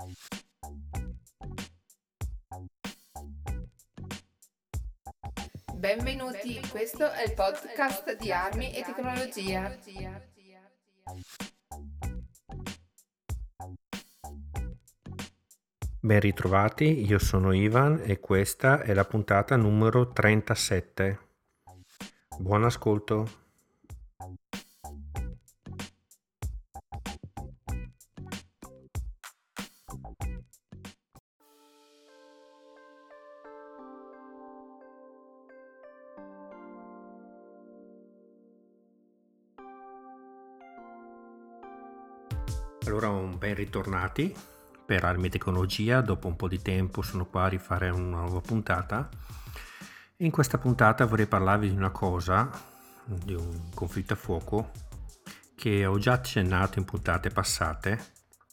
Benvenuti, questo è il podcast di Armi e Tecnologia. Ben ritrovati, io sono Ivan e questa è la puntata numero 37. Buon ascolto. Allora, un ben ritornati per Armi e Tecnologia. Dopo un po' di tempo sono qua a rifare una nuova puntata. In questa puntata vorrei parlarvi di una cosa, di un conflitto a fuoco che ho già accennato in puntate passate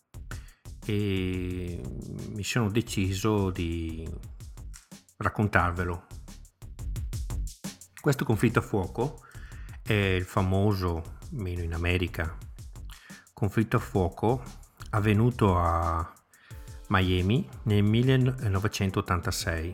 e mi sono deciso di raccontarvelo. Questo conflitto a fuoco è il famoso, meno in America, conflitto a fuoco avvenuto a Miami nel 1986.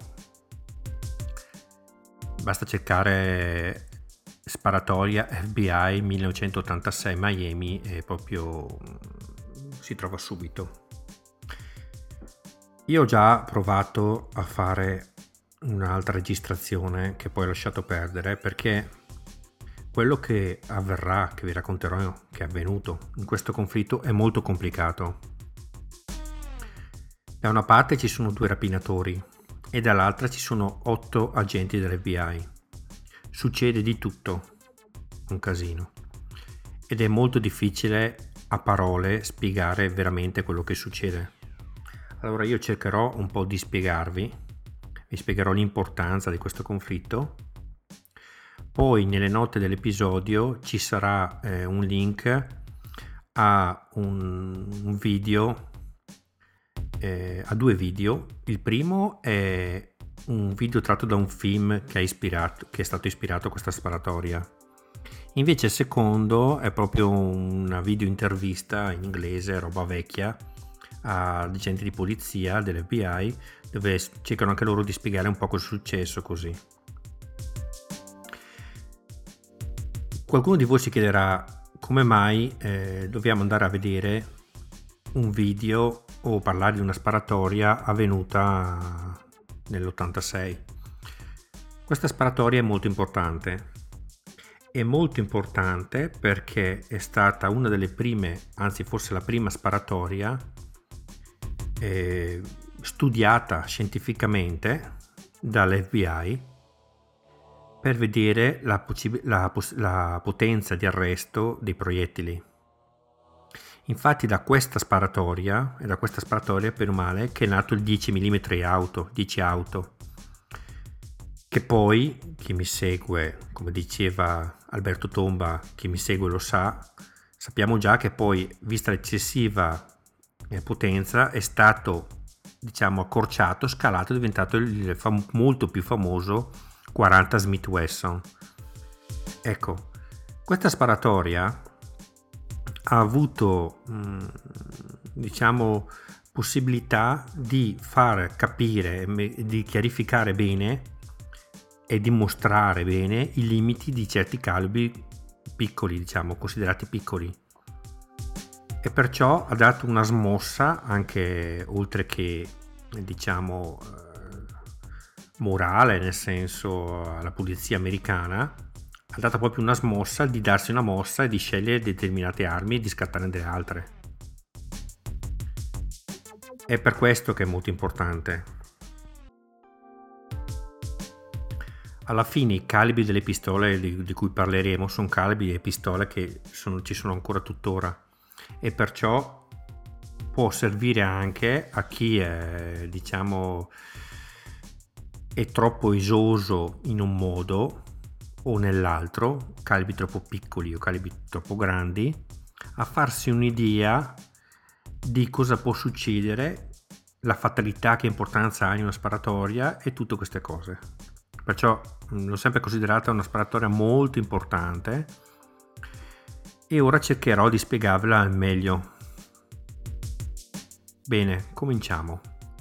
Basta cercare sparatoria FBI 1986 Miami e proprio si trova subito. Io ho già provato a fare un'altra registrazione che poi ho lasciato perdere perché quello che avverrà, che vi racconterò che è avvenuto in questo conflitto è molto complicato. Da una parte ci sono 2 rapinatori e dall'altra ci sono 8 agenti dell'FBI. Succede di tutto, un casino. Ed è molto difficile a parole spiegare veramente quello che succede. Allora io cercherò un po' di spiegarvi, vi spiegherò l'importanza di questo conflitto. Poi nelle note dell'episodio ci sarà un link a un video, a 2 video. Il primo è un video tratto da un film che è stato ispirato a questa sparatoria. Invece il secondo è proprio una video intervista in inglese, roba vecchia, a agenti di polizia dell'FBI, dove cercano anche loro di spiegare un po' cosa è successo così. Qualcuno di voi si chiederà come mai dobbiamo andare a vedere un video o parlare di una sparatoria avvenuta nell'86. Questa sparatoria è molto importante. È molto importante perché è stata una delle prime, anzi forse la prima sparatoria studiata scientificamente dall'FBI per vedere la potenza di arresto dei proiettili. Infatti da questa sparatoria per male che è nato il 10 mm auto, 10 auto, che poi chi mi segue, come diceva Alberto Tomba, chi mi segue lo sa, sappiamo già che poi, vista l'eccessiva potenza, è stato accorciato, scalato, è diventato il molto più famoso 40 Smith Wesson. Ecco, questa sparatoria ha avuto possibilità di far capire, di chiarificare bene e dimostrare bene i limiti di certi calibri piccoli, considerati piccoli, e perciò ha dato una smossa anche, oltre che morale, nel senso alla polizia americana, ha dato proprio una smossa di darsi una mossa e di scegliere determinate armi e di scattare delle altre. È per questo che è molto importante. Alla fine i calibri delle pistole di cui parleremo sono calibri e pistole che ci sono ancora tuttora, e perciò può servire anche a chi è troppo esoso in un modo o nell'altro, calibri troppo piccoli o calibri troppo grandi, a farsi un'idea di cosa può succedere, la fatalità, che importanza ha in una sparatoria e tutte queste cose. Perciò l'ho sempre considerata una sparatoria molto importante e ora cercherò di spiegarvela al meglio. Bene, cominciamo.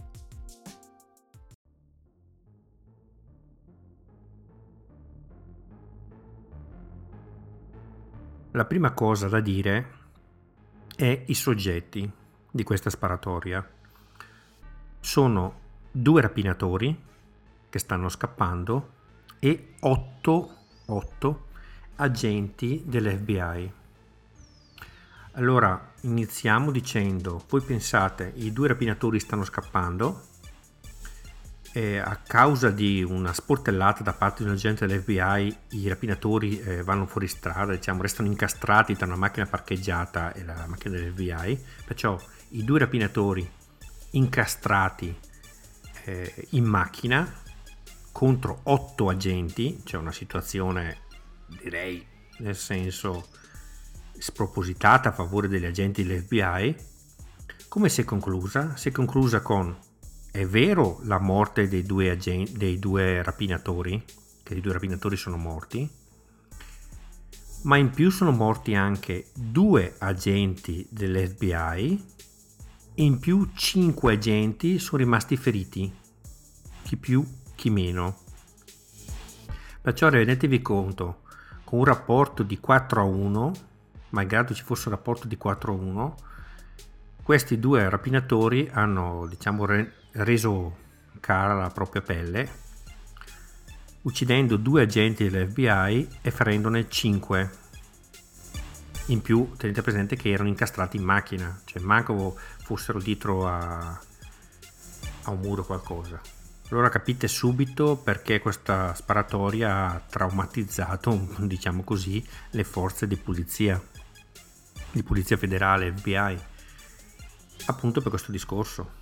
La prima cosa da dire è i soggetti di questa sparatoria. Sono 2 rapinatori che stanno scappando e 8 agenti dell'FBI. Allora, iniziamo dicendo, voi pensate, i 2 rapinatori stanno scappando e a causa di una sportellata da parte di un agente dell'FBI i rapinatori vanno fuori strada, diciamo, restano incastrati tra una macchina parcheggiata e la macchina dell'FBI, perciò i 2 rapinatori incastrati in macchina contro 8 agenti, cioè una situazione, direi, nel senso spropositata a favore degli agenti dell'FBI. Come si è conclusa? Si è conclusa con: è vero la morte dei 2 rapinatori, che i 2 rapinatori sono morti, ma in più sono morti anche 2 agenti dell'FBI, in più 5 agenti sono rimasti feriti, chi più chi meno. Perciò rendetevi conto, con un rapporto di 4-1, malgrado ci fosse un rapporto di 4-1, questi 2 rapinatori hanno, diciamo, reso cara la propria pelle, uccidendo 2 agenti dell'FBI e ferendone 5. In più tenete presente che erano incastrati in macchina, cioè manco fossero dietro a un muro o qualcosa. Allora capite subito perché questa sparatoria ha traumatizzato, diciamo così, le forze di polizia federale, FBI, appunto per questo discorso.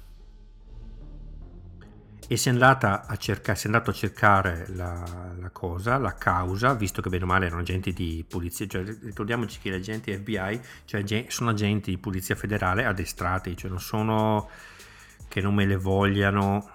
E si è andato a cercare la causa, visto che bene o male erano agenti di polizia, cioè ricordiamoci che gli agenti FBI, cioè, sono agenti di polizia federale addestrati, cioè non sono, che non me le vogliano,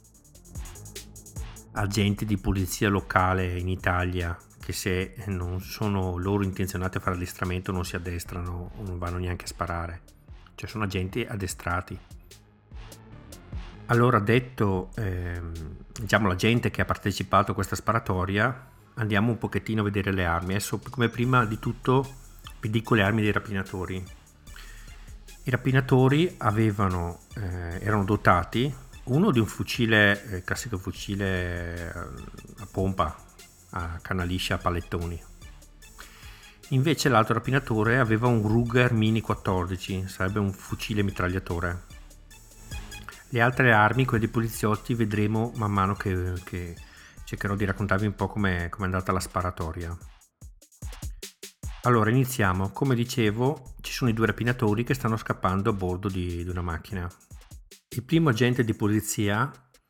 agenti di polizia locale in Italia che se non sono loro intenzionati a fare addestramento non si addestrano o non vanno neanche a sparare, cioè sono agenti addestrati. Allora, detto diciamo la gente che ha partecipato a questa sparatoria, andiamo un pochettino a vedere le armi. Adesso, come prima di tutto, vi dico le armi dei rapinatori. I rapinatori erano dotati uno di un fucile, classico fucile a pompa, a canna liscia, a pallettoni. Invece l'altro rapinatore aveva un Ruger Mini 14, sarebbe un fucile mitragliatore. Le altre armi, quelle dei poliziotti, vedremo man mano che cercherò di raccontarvi un po' com'è andata la sparatoria. Allora, iniziamo. Come dicevo, ci sono i 2 rapinatori che stanno scappando a bordo di una macchina. Il primo agente di polizia,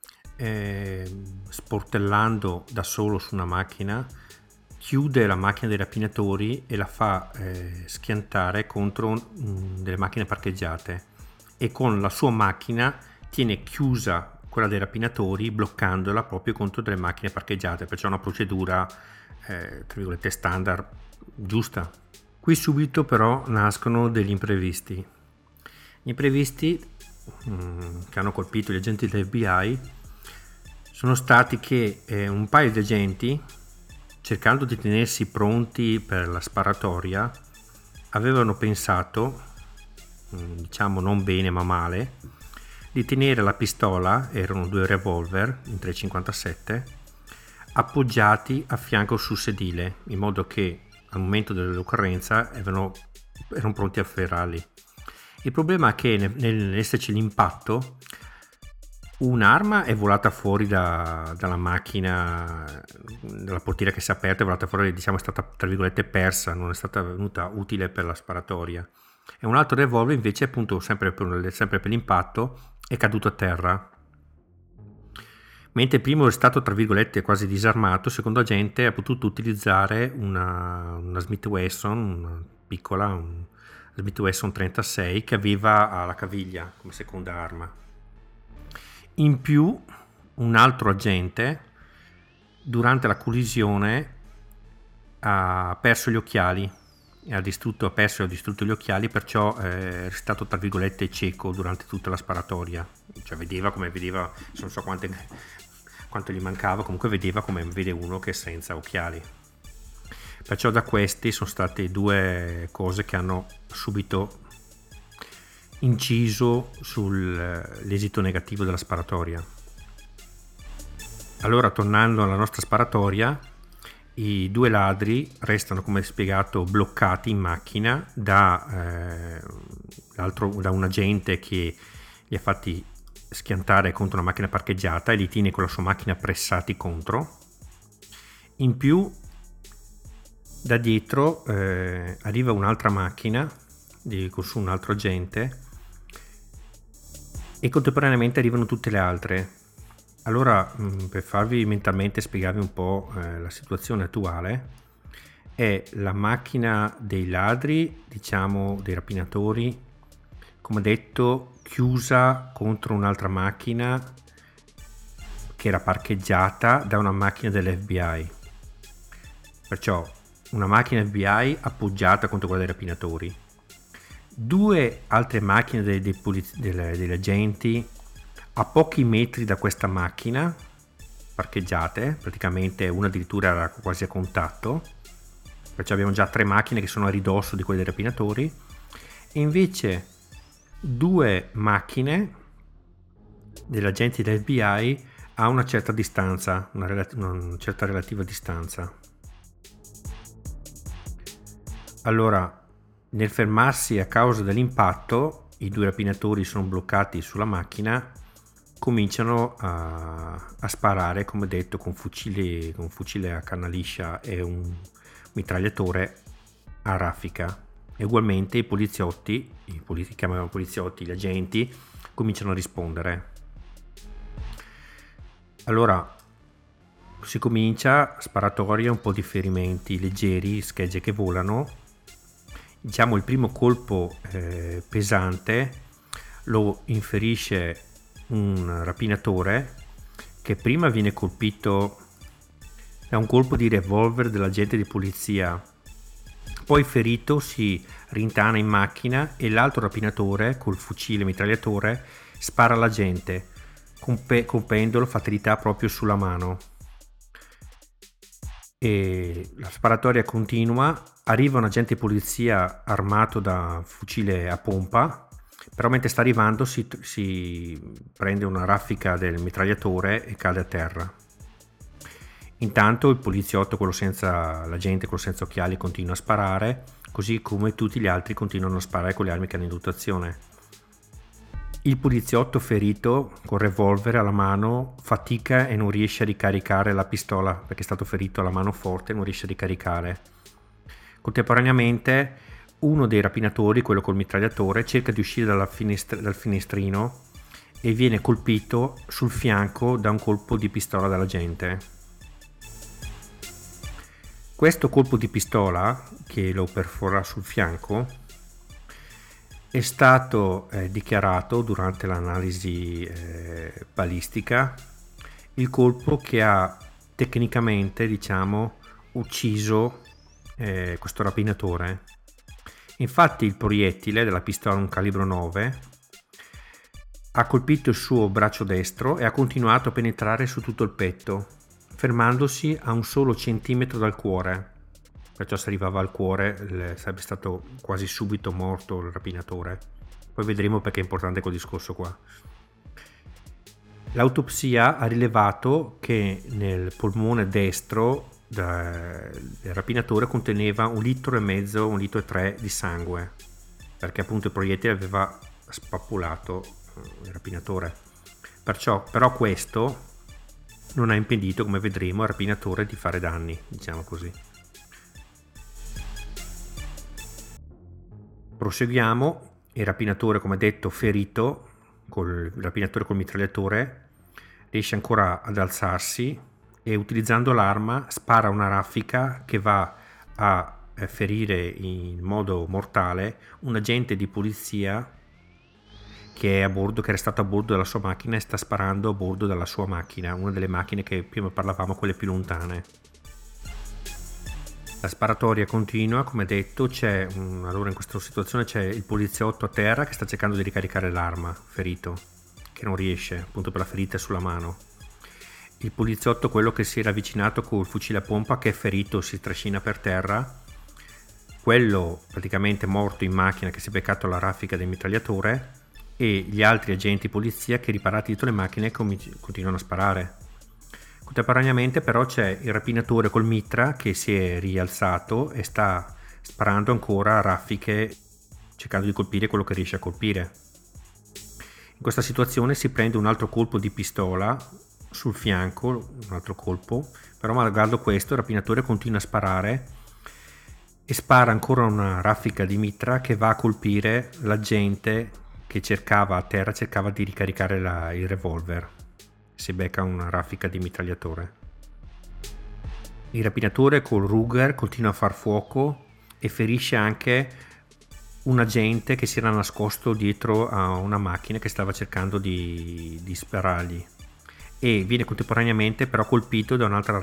sportellando da solo su una macchina, chiude la macchina dei rapinatori e la fa schiantare contro delle macchine parcheggiate, e con la sua macchina tiene chiusa quella dei rapinatori, bloccandola proprio contro delle macchine parcheggiate, perciò è una procedura tra virgolette standard, giusta. Qui subito però nascono degli imprevisti. Gli imprevisti che hanno colpito gli agenti dell'FBI sono stati che un paio di agenti, cercando di tenersi pronti per la sparatoria, avevano pensato, diciamo non bene ma male, di tenere la pistola, erano 2 revolver in 357, appoggiati a fianco sul sedile, in modo che al momento dell'occorrenza erano pronti a afferrarli. Il problema è che nell'esserci l'impatto, un'arma è volata fuori dalla macchina, dalla portiera che si è aperta, è volata fuori, diciamo è stata tra virgolette persa, non è stata venuta utile per la sparatoria. E un altro revolver invece, appunto sempre per l'impatto, è caduto a terra. Mentre il primo è stato tra virgolette quasi disarmato, il secondo agente ha potuto utilizzare una Smith Wesson, una piccola, un Smith Wesson 36 che aveva alla caviglia come seconda arma. In più, un altro agente durante la collisione ha perso gli occhiali ha perso e ha distrutto gli occhiali, perciò è stato tra virgolette cieco durante tutta la sparatoria, cioè vedeva come vedeva, non so quanto gli mancava, comunque vedeva come vede uno che è senza occhiali. Perciò da questi sono state due cose che hanno subito inciso sull'esito negativo della sparatoria. Allora, tornando alla nostra sparatoria, i due ladri restano, come spiegato, bloccati in macchina da un agente che li ha fatti schiantare contro una macchina parcheggiata e li tiene con la sua macchina pressati contro. In più, da dietro arriva un'altra macchina su un altro agente e contemporaneamente arrivano tutte le altre. Allora, per farvi mentalmente spiegarvi un po' la situazione attuale, è la macchina dei ladri, diciamo dei rapinatori, come detto, chiusa contro un'altra macchina che era parcheggiata da una macchina dell'FBI. Perciò una macchina FBI appoggiata contro quella dei rapinatori. Due altre macchine degli agenti a pochi metri da questa macchina parcheggiate, praticamente una addirittura era quasi a contatto, perciò abbiamo già 3 macchine che sono a ridosso di quelle dei rapinatori, e invece 2 macchine degli agenti dell'FBI a una certa distanza, una certa relativa distanza. Allora, nel fermarsi a causa dell'impatto, i 2 rapinatori sono bloccati sulla macchina, cominciano a sparare, come detto, con fucile a canna liscia e un mitragliatore a raffica. E ugualmente i poliziotti, chiamavano poliziotti, gli agenti, cominciano a rispondere. Allora si comincia sparatoria, un po' di ferimenti leggeri, schegge che volano. Diciamo il primo colpo pesante lo inferisce un rapinatore che prima viene colpito da un colpo di revolver dell'agente di polizia, poi ferito si rintana in macchina e l'altro rapinatore col fucile mitragliatore spara all'agente, colpendolo fatalità proprio sulla mano. E la sparatoria continua, arriva un agente di polizia armato da fucile a pompa, però mentre sta arrivando si prende una raffica del mitragliatore e cade a terra. Intanto il poliziotto, l'agente quello senza occhiali, continua a sparare, così come tutti gli altri continuano a sparare con le armi che hanno in dotazione. Il poliziotto ferito col revolver alla mano fatica e non riesce a ricaricare la pistola perché è stato ferito alla mano forte e non riesce a ricaricare. Contemporaneamente uno dei rapinatori, quello col mitragliatore, cerca di uscire dal finestrino e viene colpito sul fianco da un colpo di pistola dall'agente. Questo colpo di pistola che lo perfora sul fianco è stato dichiarato durante l'analisi balistica il colpo che ha tecnicamente, diciamo, ucciso questo rapinatore. Infatti il proiettile della pistola, un calibro 9, ha colpito il suo braccio destro e ha continuato a penetrare su tutto il petto, fermandosi a un solo centimetro dal cuore. Perciò se arrivava al cuore sarebbe stato quasi subito morto il rapinatore. Poi vedremo perché è importante quel discorso qua. L'autopsia ha rilevato che nel polmone destro del rapinatore conteneva 1,5 litri, 1,3 litri di sangue, perché appunto il proiettile aveva spappolato il rapinatore. Però questo non ha impedito, come vedremo, al rapinatore di fare danni, diciamo così. Proseguiamo. Il rapinatore, come detto, ferito, il rapinatore col mitragliatore riesce ancora ad alzarsi e utilizzando l'arma spara una raffica che va a ferire in modo mortale un agente di polizia che era stato a bordo della sua macchina e sta sparando a bordo della sua macchina, una delle macchine che prima parlavamo, quelle più lontane. La sparatoria continua, come detto, allora in questa situazione c'è il poliziotto a terra che sta cercando di ricaricare l'arma, ferito, che non riesce, appunto per la ferita sulla mano. Il poliziotto, quello che si era avvicinato col fucile a pompa, che è ferito, si trascina per terra. Quello praticamente morto in macchina, che si è beccato la raffica del mitragliatore, e gli altri agenti polizia che, riparati dietro le macchine, continuano a sparare. Contemporaneamente però c'è il rapinatore col mitra che si è rialzato e sta sparando ancora a raffiche, cercando di colpire quello che riesce a colpire. In questa situazione si prende un altro colpo di pistola sul fianco, un altro colpo, però malgrado questo il rapinatore continua a sparare e spara ancora una raffica di mitra che va a colpire l'agente che cercava di ricaricare il revolver. Si becca una raffica di mitragliatore. Il rapinatore col Ruger continua a far fuoco e ferisce anche un agente che si era nascosto dietro a una macchina che stava cercando di sparargli, e viene contemporaneamente però colpito da un'altra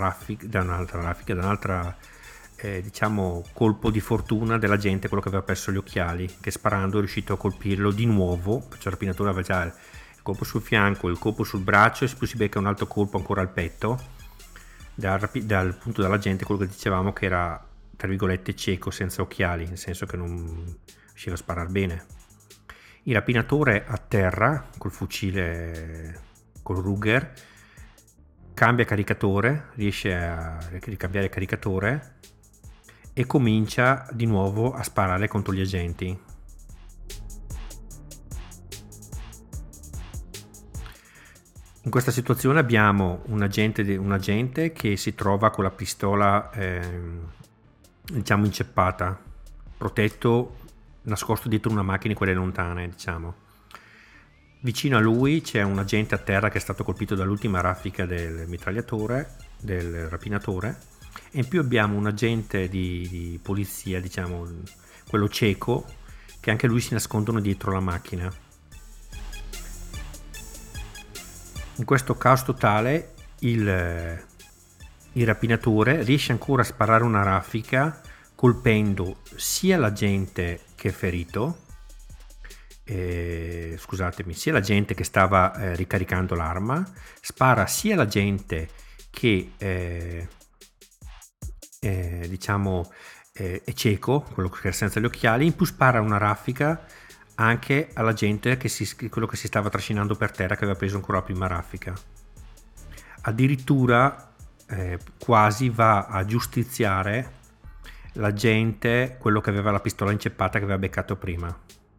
diciamo colpo di fortuna dell'agente, quello che aveva perso gli occhiali, che sparando è riuscito a colpirlo di nuovo, perciò il rapinatore aveva già il colpo sul fianco, il colpo sul braccio, e poi si becca un altro colpo ancora al petto dal punto dall'agente, quello che dicevamo che era tra virgolette cieco, senza occhiali, nel senso che non riusciva a sparare bene. Il rapinatore a terra col fucile col Ruger cambia caricatore, riesce a ricambiare caricatore e comincia di nuovo a sparare contro gli agenti. In questa situazione abbiamo un agente che si trova con la pistola diciamo inceppata, protetto, nascosto dietro una macchina, quelle lontane, diciamo. Vicino a lui c'è un agente a terra che è stato colpito dall'ultima raffica del mitragliatore, del rapinatore, e in più abbiamo un agente di polizia, diciamo quello cieco, che anche lui si nascondono dietro la macchina. In questo caos totale il rapinatore riesce ancora a sparare una raffica colpendo sia l'agente che è ferito, sia l'agente che stava ricaricando l'arma, spara sia l'agente che diciamo è cieco, quello che è senza gli occhiali, in più spara una raffica anche alla gente quello che si stava trascinando per terra, che aveva preso ancora la prima raffica. Addirittura quasi va a giustiziare l'agente, quello che aveva la pistola inceppata, che aveva beccato prima.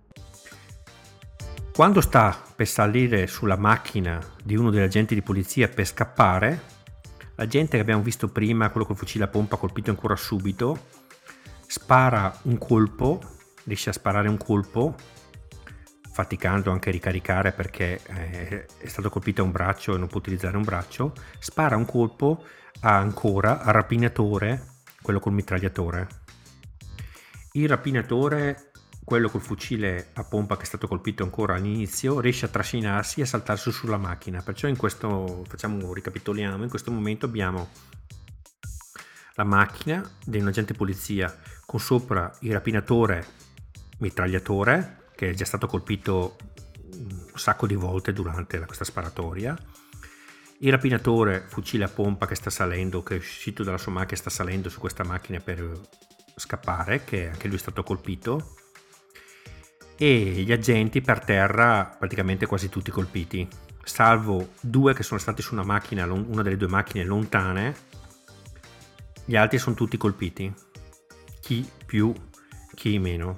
Quando sta per salire sulla macchina di uno degli agenti di polizia per scappare, l'agente che abbiamo visto prima, quello col fucile a pompa, colpito ancora subito, spara un colpo, riesce a sparare un colpo, faticando anche a ricaricare perché è stato colpito a un braccio e non può utilizzare un braccio, spara un colpo ancora al rapinatore, quello col mitragliatore. Il rapinatore, quello col fucile a pompa che è stato colpito ancora all'inizio, riesce a trascinarsi e a saltarsi sulla macchina. Perciò ricapitoliamo, in questo momento abbiamo la macchina di un agente polizia con sopra il rapinatore mitragliatore, che è già stato colpito un sacco di volte durante questa sparatoria, il rapinatore fucile a pompa che sta salendo, che è uscito dalla sua macchina e sta salendo su questa macchina per scappare, che anche lui è stato colpito, e gli agenti per terra praticamente quasi tutti colpiti, salvo due che sono stati su una delle due macchine lontane. Gli altri sono tutti colpiti, chi più, chi meno.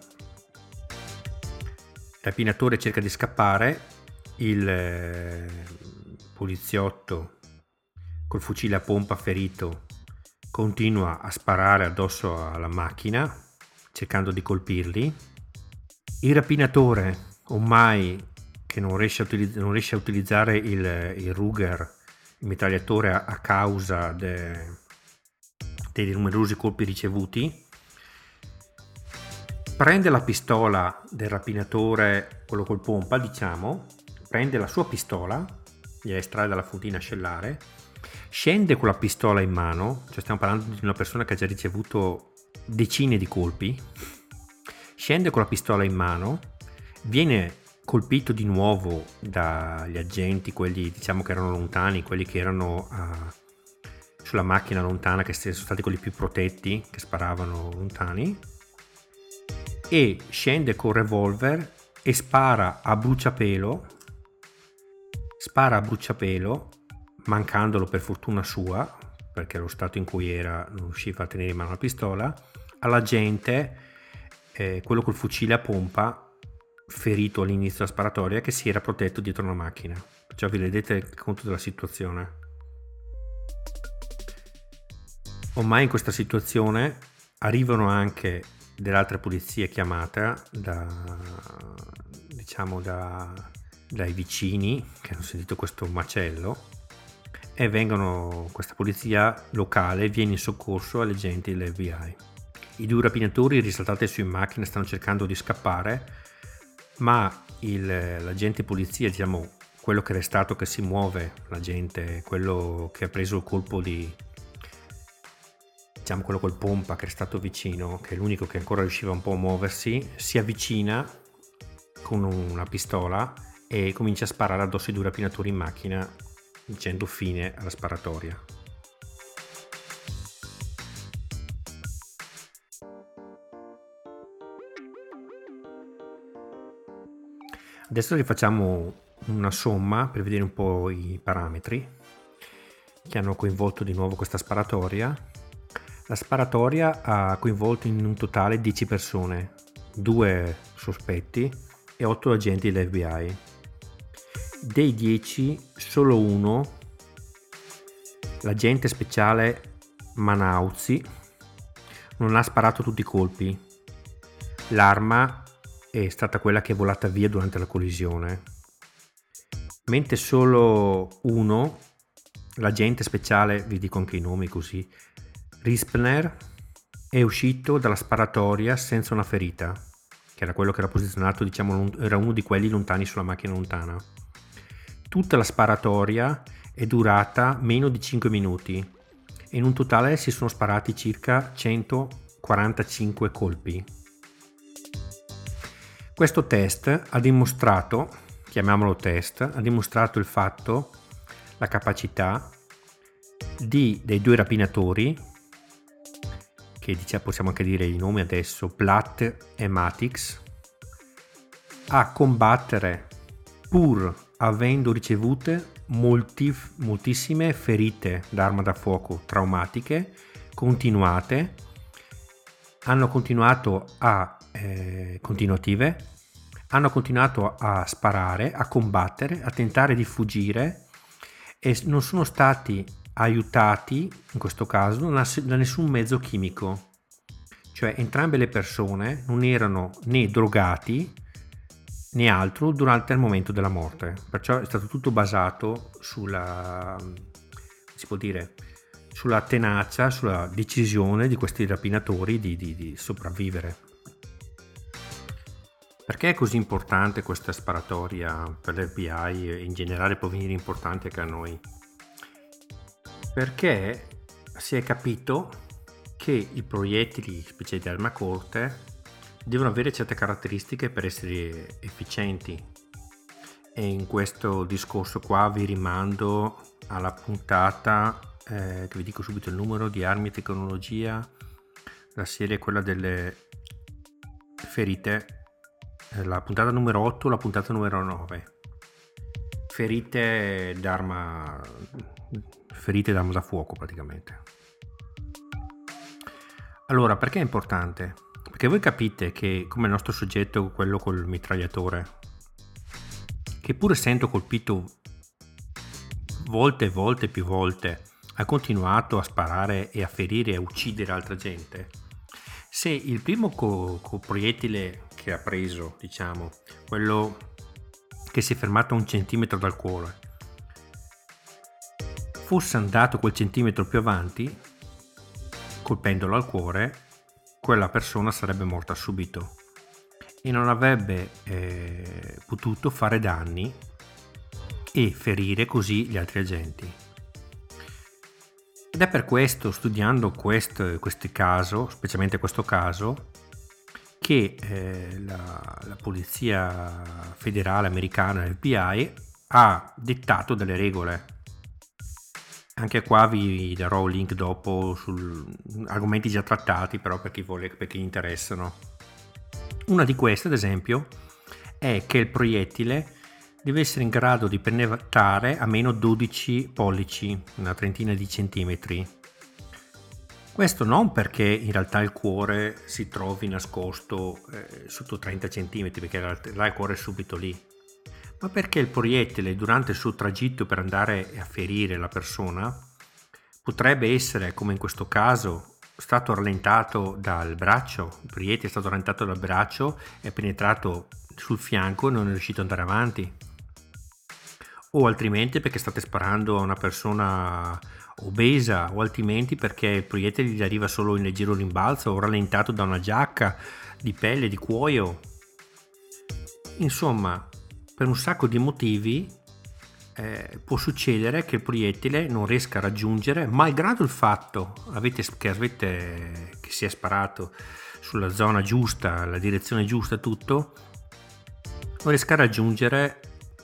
Il rapinatore cerca di scappare, il poliziotto col fucile a pompa ferito continua a sparare addosso alla macchina cercando di colpirli. Il rapinatore, ormai che non riesce a utilizzare il Ruger, il mitragliatore, a causa dei numerosi colpi ricevuti, prende la pistola del rapinatore, quello col pompa, diciamo, prende la sua pistola, gliela estrae dalla fontina ascellare, scende con la pistola in mano, cioè stiamo parlando di una persona che ha già ricevuto decine di colpi, scende con la pistola in mano, viene colpito di nuovo dagli agenti, quelli diciamo che erano lontani, quelli che erano sulla macchina lontana, che sono stati quelli più protetti, che sparavano lontani, e scende col revolver e spara a bruciapelo, mancandolo per fortuna sua, perché lo stato in cui era non riusciva a tenere in mano la pistola, all'agente, quello col fucile a pompa, ferito all'inizio della sparatoria, che si era protetto dietro una macchina. Perciò vi rendete conto della situazione. Ormai in questa situazione arrivano anche delle altre polizie chiamate dai vicini che hanno sentito questo macello, e questa polizia locale viene in soccorso alle agenti dell'FBI. I due rapinatori risaltati su in macchina stanno cercando di scappare, ma l'agente polizia, diciamo quello che è restato, che si muove, l'agente, quello che ha preso il colpo diciamo quello col pompa, che è stato vicino, che è l'unico che ancora riusciva un po' a muoversi, si avvicina con una pistola e comincia a sparare addosso ai due rapinatori in macchina, dicendo fine alla sparatoria. Adesso rifacciamo una somma per vedere un po' i parametri che hanno coinvolto di nuovo questa sparatoria. La sparatoria ha coinvolto in un totale 10 persone, 2 sospetti e 8 agenti dell'FBI. Dei 10, solo uno, l'agente speciale Manauzzi, non ha sparato tutti i colpi. L'arma è stata quella che è volata via durante la collisione, mentre solo uno, l'agente speciale, vi dico anche i nomi così, Rispner, è uscito dalla sparatoria senza una ferita, che era quello che era posizionato, diciamo, era uno di quelli lontani sulla macchina lontana. Tutta la sparatoria è durata meno di 5 minuti e in un totale si sono sparati circa 145 colpi. Questo test ha dimostrato, chiamiamolo test, ha dimostrato il fatto, la capacità dei due rapinatori, che possiamo anche dire i nomi adesso, Platt e Matix, a combattere pur avendo ricevute moltissime ferite d'arma da fuoco traumatiche continuate. Hanno continuato continuative, hanno continuato a sparare, a combattere, a tentare di fuggire, e non sono stati aiutati in questo caso da nessun mezzo chimico. Cioè entrambe le persone non erano né drogati né altro durante il momento della morte, perciò è stato tutto basato sulla tenacia, sulla decisione di questi rapinatori di sopravvivere. Perché è così importante questa sparatoria per l'FBI e in generale può venire importante anche a noi? Perché si è capito che i proiettili, specie di arma corte, devono avere certe caratteristiche per essere efficienti, e in questo discorso qua vi rimando alla puntata che vi dico subito il numero, di Armi e Tecnologia, la serie quella delle ferite, la puntata numero 8, la puntata numero 9, ferite d'arma da fuoco praticamente. Allora, perché è importante? Perché voi capite che, come il nostro soggetto, quello col mitragliatore, che pur essendo colpito più volte, ha continuato a sparare e a ferire e a uccidere altra gente. Se il primo proiettile che ha preso, diciamo, quello che si è fermato a 1 centimetro dal cuore, fosse andato quel centimetro più avanti, colpendolo al cuore, quella persona sarebbe morta subito e non avrebbe potuto fare danni e ferire così gli altri agenti. Ed è per questo, studiando questo caso, specialmente questo caso, che la Polizia Federale Americana, l'FBI, ha dettato delle regole. Anche qua vi darò un link dopo su argomenti già trattati, però per chi vuole, per chi interessano. Una di queste, ad esempio, è che il proiettile deve essere in grado di penetrare a meno 12 pollici, una trentina di centimetri. Questo non perché in realtà il cuore si trovi nascosto sotto 30 centimetri, perché là il cuore è subito lì, ma perché il proiettile durante il suo tragitto per andare a ferire la persona potrebbe essere, come in questo caso, stato rallentato dal braccio. Il proiettile è stato rallentato dal braccio, è penetrato sul fianco e non è riuscito ad andare avanti, o altrimenti perché state sparando a una persona obesa, o altrimenti perché il proiettile gli arriva solo in leggero rimbalzo o rallentato da una giacca di pelle, di cuoio. Insomma, per un sacco di motivi può succedere che il proiettile non riesca a raggiungere, malgrado il fatto che si è sparato sulla zona giusta, la direzione giusta, tutto, non riesca a raggiungere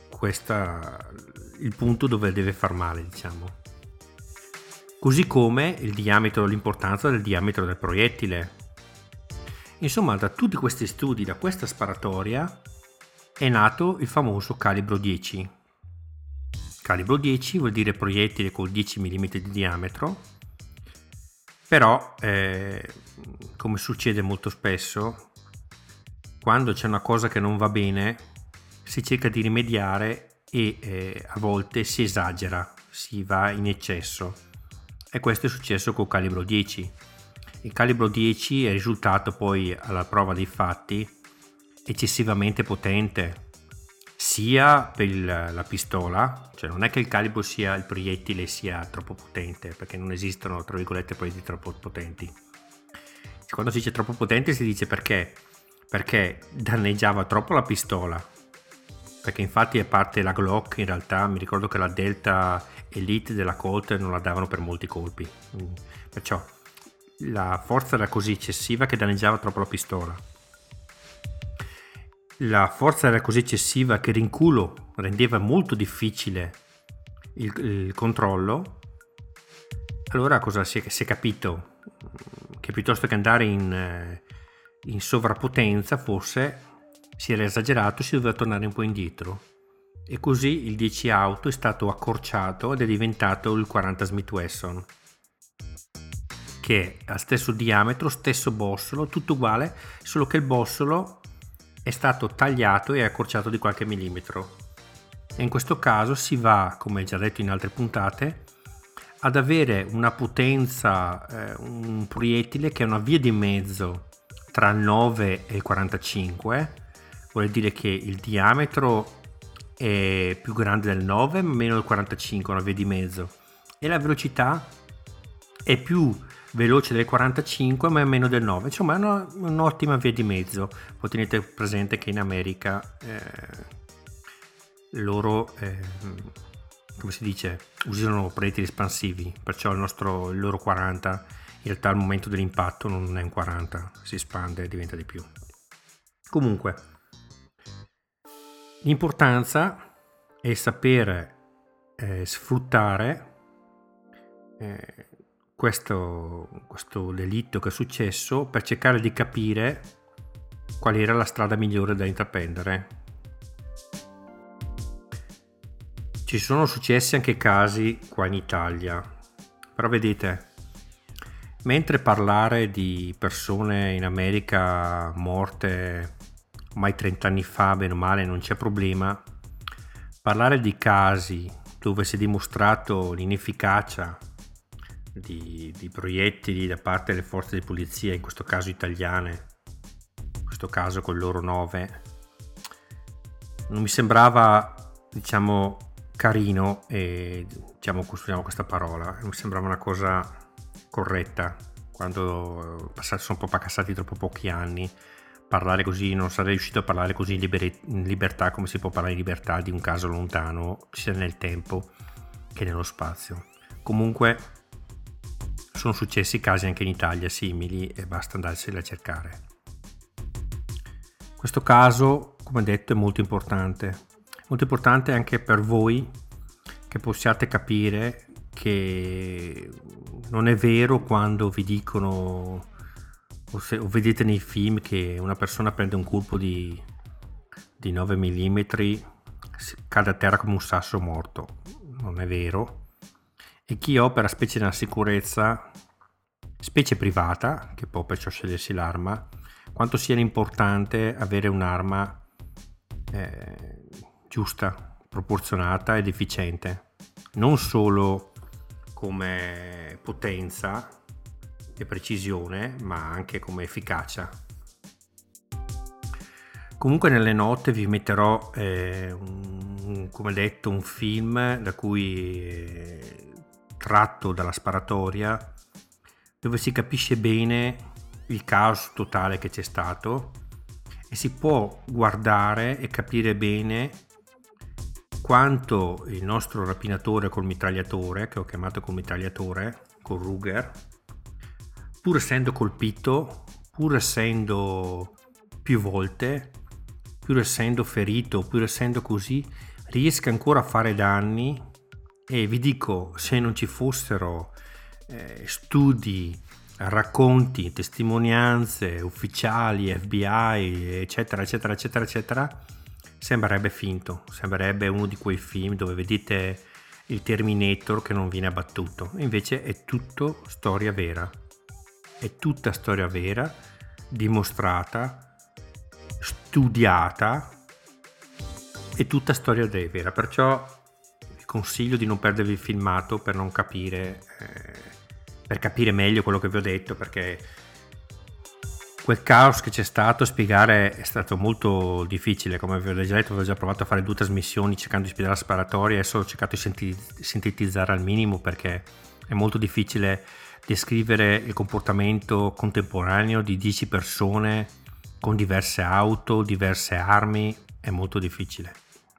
il punto dove deve far male, diciamo. Così come l'importanza del diametro del proiettile. Insomma, da tutti questi studi, da questa sparatoria, è nato il famoso calibro 10. Calibro 10 vuol dire proiettile con 10 mm di diametro, però come succede molto spesso, quando c'è una cosa che non va bene si cerca di rimediare e a volte si esagera, si va in eccesso, e questo è successo col calibro 10. Il calibro 10 è risultato poi, alla prova dei fatti, eccessivamente potente, sia per la pistola, cioè non è che il proiettile sia troppo potente, perché non esistono, tra virgolette, proiettili troppo potenti. Quando si dice troppo potente si dice perché danneggiava troppo la pistola, perché infatti, a parte la Glock, in realtà mi ricordo che la Delta Elite della Colt non la davano per molti colpi, perciò la forza era così eccessiva che danneggiava troppo la pistola. La forza era così eccessiva che rinculo rendeva molto difficile il controllo. Allora cosa si è capito? Che piuttosto che andare in sovrappotenza, forse si era esagerato, si doveva tornare un po' indietro, e così il 10 auto è stato accorciato ed è diventato il 40 Smith Wesson, che ha stesso diametro, stesso bossolo, tutto uguale, solo che il bossolo è stato tagliato e accorciato di qualche millimetro, e in questo caso si va, come già detto in altre puntate, ad avere una potenza, un proiettile che è una via di mezzo tra il 9 e il 45. Vuol dire che il diametro è più grande del 9 ma meno del 45, una via di mezzo, e la velocità è più veloce del 45 ma meno del 9, insomma è un'ottima via di mezzo. Poi tenete presente che in America loro come si dice, usano proiettili espansivi, perciò il loro 40 in realtà al momento dell'impatto non è un 40, si espande e diventa di più. Comunque, l'importanza è sapere sfruttare questo delitto che è successo per cercare di capire qual era la strada migliore da intraprendere. Ci sono successi anche casi qua in Italia, però vedete, mentre parlare di persone in America morte ormai 30 anni fa, bene o male, non c'è problema, parlare di casi dove si è dimostrato l'inefficacia di proiettili da parte delle forze di polizia, in questo caso italiane, in questo caso con il loro 9, non mi sembrava, diciamo, carino, e diciamo, costruiamo questa parola, mi sembrava una cosa corretta. Quando sono un po' passati troppo pochi anni, parlare così, non sarei riuscito a parlare così in libertà, come si può parlare in libertà di un caso lontano sia nel tempo che nello spazio. Comunque sono successi casi anche in Italia simili e basta andarseli a cercare. Questo caso, come detto, è molto importante anche per voi, che possiate capire che non è vero quando vi dicono o vedete nei film che una persona prende un colpo di 9 mm, cade a terra come un sasso morto. Non è vero. E chi opera specie nella sicurezza, specie privata, che può perciò scegliersi l'arma, quanto sia importante avere un'arma giusta, proporzionata ed efficiente, non solo come potenza e precisione, ma anche come efficacia. Comunque nelle note vi metterò come detto un film da cui tratto dalla sparatoria, dove si capisce bene il caos totale che c'è stato e si può guardare e capire bene quanto il nostro rapinatore col mitragliatore, che ho chiamato col mitragliatore, col Ruger, pur essendo colpito, pur essendo più volte, pur essendo ferito, pur essendo così, riesca ancora a fare danni. E vi dico, se non ci fossero studi, racconti, testimonianze ufficiali, FBI, eccetera, eccetera, eccetera, eccetera, sembrerebbe finto, sembrerebbe uno di quei film dove vedete il Terminator che non viene abbattuto. Invece è tutto storia vera, è tutta storia vera, dimostrata, studiata, è tutta storia vera. Perciò vi consiglio di non perdervi il filmato per non capire, per capire meglio quello che vi ho detto, perché quel caos che c'è stato, spiegare è stato molto difficile. Come vi ho già detto, avevo già provato a fare 2 trasmissioni cercando di spiegare la sparatoria, adesso ho cercato di sintetizzare al minimo, perché è molto difficile descrivere il comportamento contemporaneo di 10 persone con diverse auto, diverse armi, è molto difficile.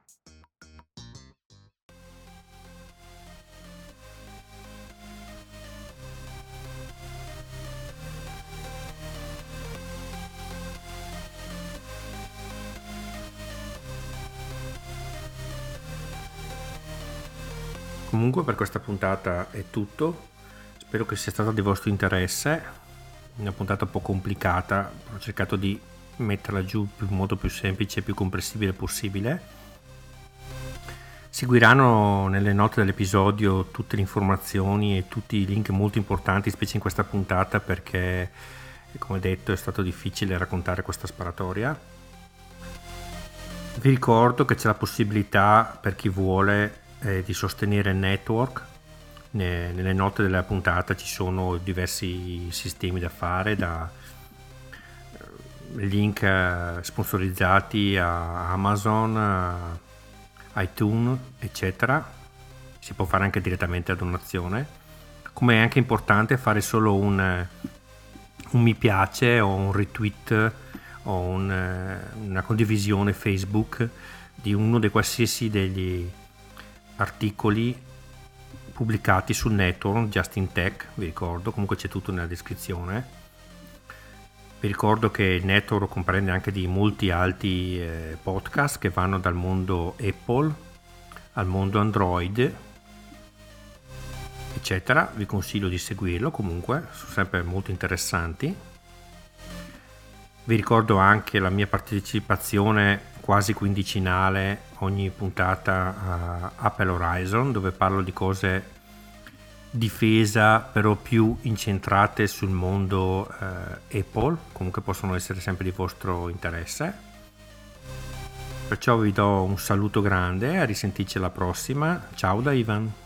Comunque per questa puntata è tutto, spero che sia stata di vostro interesse, una puntata un po' complicata, ho cercato di metterla giù in modo più semplice e più comprensibile possibile. Seguiranno nelle note dell'episodio tutte le informazioni e tutti i link molto importanti, specie in questa puntata, perché come detto è stato difficile raccontare questa sparatoria. Vi ricordo che c'è la possibilità per chi vuole di sostenere il network. Nelle note della puntata ci sono diversi sistemi da fare, da link sponsorizzati a Amazon, a iTunes, eccetera. Si può fare anche direttamente a donazione. Come è anche importante fare solo un mi piace o un retweet o una condivisione Facebook di uno dei qualsiasi degli articoli pubblicati sul network Just in Tech. Vi ricordo, comunque c'è tutto nella descrizione. Vi ricordo che il network comprende anche di molti altri podcast che vanno dal mondo Apple al mondo Android, eccetera. Vi consiglio di seguirlo, comunque sono sempre molto interessanti. Vi ricordo anche la mia partecipazione quasi quindicinale ogni puntata a Apple Horizon, dove parlo di cose difesa però più incentrate sul mondo Apple, comunque possono essere sempre di vostro interesse. Perciò vi do un saluto grande, a risentirci alla prossima, ciao da Ivan.